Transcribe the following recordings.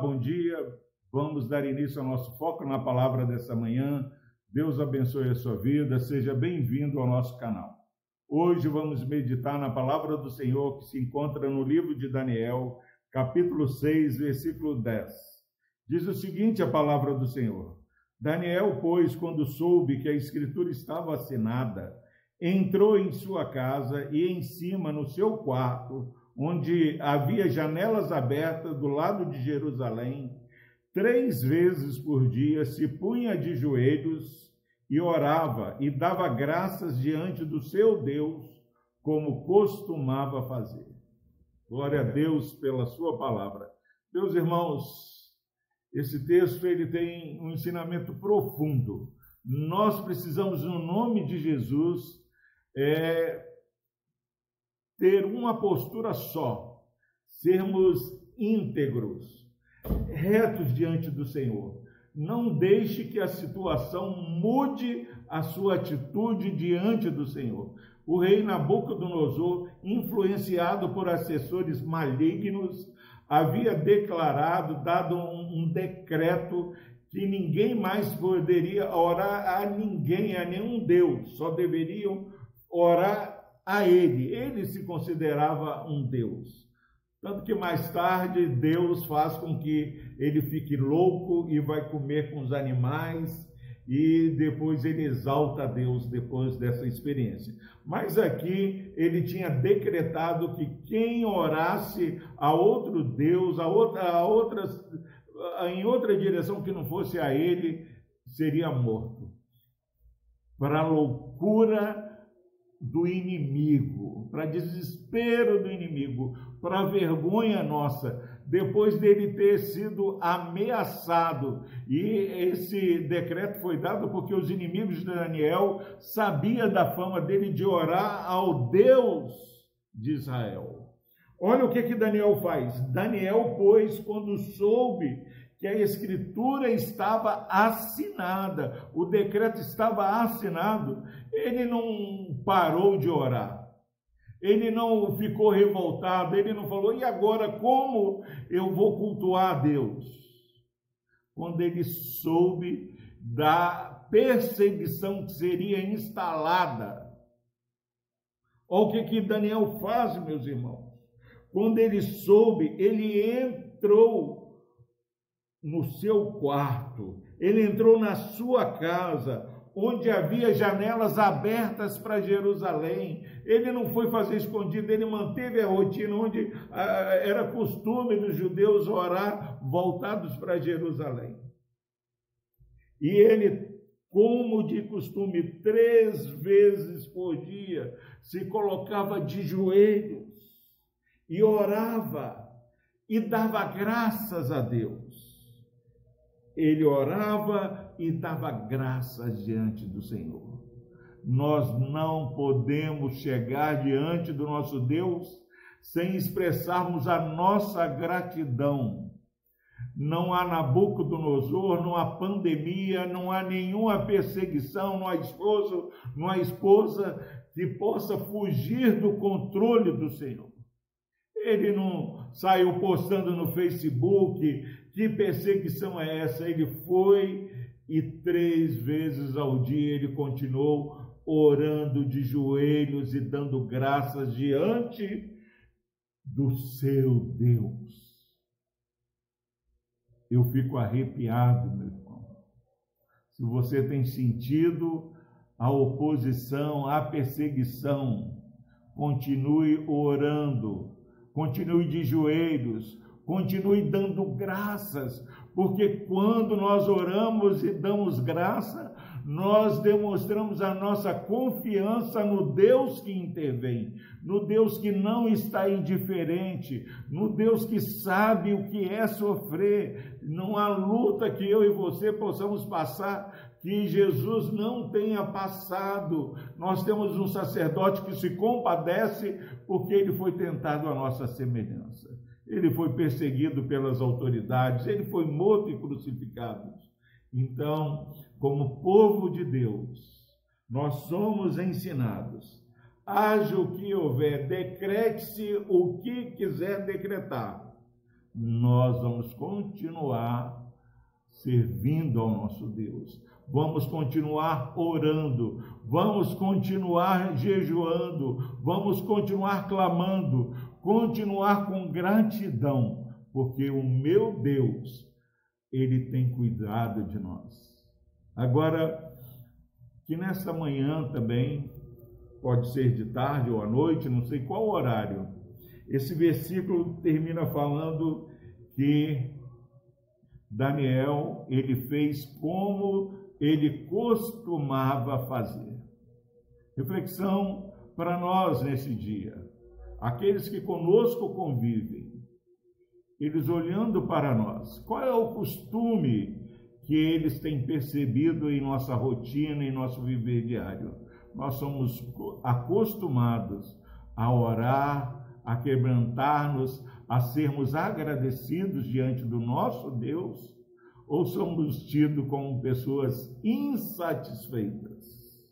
bom dia. Vamos dar início ao nosso foco na palavra dessa manhã. Deus abençoe a sua vida, seja bem-vindo ao nosso canal. Hoje vamos meditar na palavra do Senhor que se encontra no livro de Daniel, capítulo 6, versículo 10. Diz o seguinte a palavra do Senhor: Daniel, pois, quando soube que a escritura estava assinada, entrou em sua casa e em cima, no seu quarto, onde havia janelas abertas do lado de Jerusalém, 3 vezes por dia se punha de joelhos e orava e dava graças diante do seu Deus, como costumava fazer. Glória a Deus pela sua palavra. Meus irmãos, esse texto ele tem um ensinamento profundo. Nós precisamos, no nome de Jesus, ter uma postura só, sermos íntegros, retos diante do Senhor. Não deixe que a situação mude a sua atitude diante do Senhor. O rei Nabucodonosor, influenciado por assessores malignos, havia dado um decreto que ninguém mais poderia orar a ninguém, a nenhum Deus, só deveriam orar a ele. Ele se considerava um Deus. Tanto que mais tarde Deus faz com que ele fique louco e vai comer com os animais, e depois ele exalta a Deus depois dessa experiência. Mas aqui ele tinha decretado que quem orasse a outro Deus, em outra direção que não fosse a ele, seria morto. Para a loucura do inimigo, para desespero do inimigo, para vergonha nossa, depois dele ter sido ameaçado. E esse decreto foi dado porque os inimigos de Daniel sabiam da fama dele de orar ao Deus de Israel. Olha o que Daniel faz. Daniel, pois, quando soube que a escritura estava assinada, o decreto estava assinado, ele não parou de orar, ele não ficou revoltado, ele não falou, e agora como eu vou cultuar a Deus? Quando ele soube da perseguição que seria instalada, olha o que Daniel faz, meus irmãos. Quando ele soube, ele entrou no seu quarto, ele entrou na sua casa, onde havia janelas abertas para Jerusalém. Ele não foi fazer escondido, ele manteve a rotina onde era costume dos judeus orar voltados para Jerusalém. E ele, como de costume, 3 vezes por dia, se colocava de joelhos e orava e dava graças a Deus. Ele orava e dava graças diante do Senhor. Nós não podemos chegar diante do nosso Deus sem expressarmos a nossa gratidão. Não há Nabucodonosor, não há pandemia, não há nenhuma perseguição, não há esposo, não há esposa que possa fugir do controle do Senhor. Ele não saiu postando no Facebook, que perseguição é essa? Ele foi e 3 vezes ao dia ele continuou orando de joelhos e dando graças diante do seu Deus. Eu fico arrepiado, meu irmão. Se você tem sentido a oposição, a perseguição, continue orando, continue de joelhos, continue dando graças, porque quando nós oramos e damos graça, nós demonstramos a nossa confiança no Deus que intervém, no Deus que não está indiferente, no Deus que sabe o que é sofrer. Não há luta que eu e você possamos passar que Jesus não tenha passado. Nós temos um sacerdote que se compadece porque ele foi tentado à nossa semelhança. Ele foi perseguido pelas autoridades, ele foi morto e crucificado. Então, como povo de Deus, nós somos ensinados. Haja o que houver, decrete-se o que quiser decretar, nós vamos continuar servindo ao nosso Deus. Vamos continuar orando, vamos continuar jejuando, vamos continuar clamando, continuar com gratidão, porque o meu Deus, Ele tem cuidado de nós. Agora, que nesta manhã também, pode ser de tarde ou à noite, não sei qual horário, esse versículo termina falando que Daniel, ele fez como ele costumava fazer. Reflexão para nós nesse dia. Aqueles que conosco convivem, eles olhando para nós, qual é o costume que eles têm percebido em nossa rotina, em nosso viver diário? Nós somos acostumados a orar, a quebrantar-nos, a sermos agradecidos diante do nosso Deus, ou somos tidos como pessoas insatisfeitas?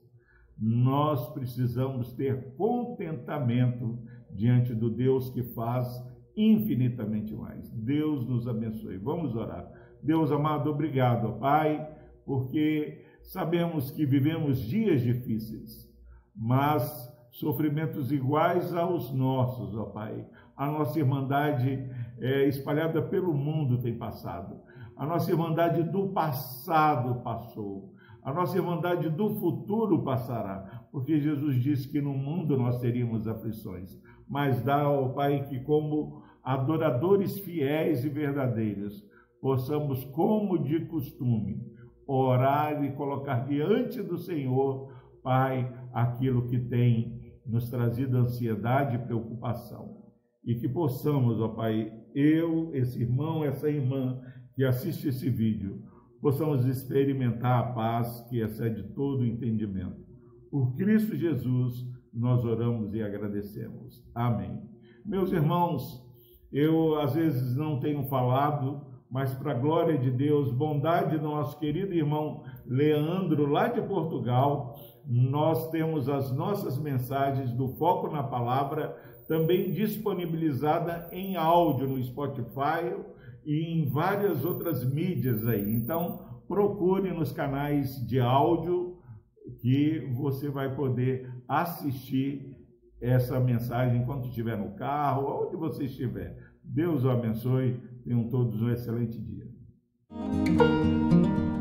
Nós precisamos ter contentamento diante do Deus que faz infinitamente mais. Deus nos abençoe. Vamos orar. Deus amado, obrigado, ó Pai, porque sabemos que vivemos dias difíceis, mas sofrimentos iguais aos nossos, ó Pai. A nossa irmandade espalhada pelo mundo tem passado. A nossa irmandade do passado passou. A nossa irmandade do futuro passará, porque Jesus disse que no mundo nós teríamos aflições. Mas dá, ó Pai, que como adoradores fiéis e verdadeiros, possamos, como de costume, orar e colocar diante do Senhor, Pai, aquilo que tem nos trazido ansiedade e preocupação. E que possamos, ó Pai, eu, esse irmão, essa irmã que assiste esse vídeo, possamos experimentar a paz que excede todo o entendimento. Por Cristo Jesus, nós oramos e agradecemos. Amém. Meus irmãos, eu às vezes não tenho falado, mas para a glória de Deus, bondade do nosso querido irmão Leandro, lá de Portugal, nós temos as nossas mensagens do Foco na Palavra também disponibilizada em áudio no Spotify e em várias outras mídias aí. Então, procure nos canais de áudio que você vai poder assistir essa mensagem enquanto estiver no carro, onde você estiver. Deus o abençoe. Tenham todos um excelente dia.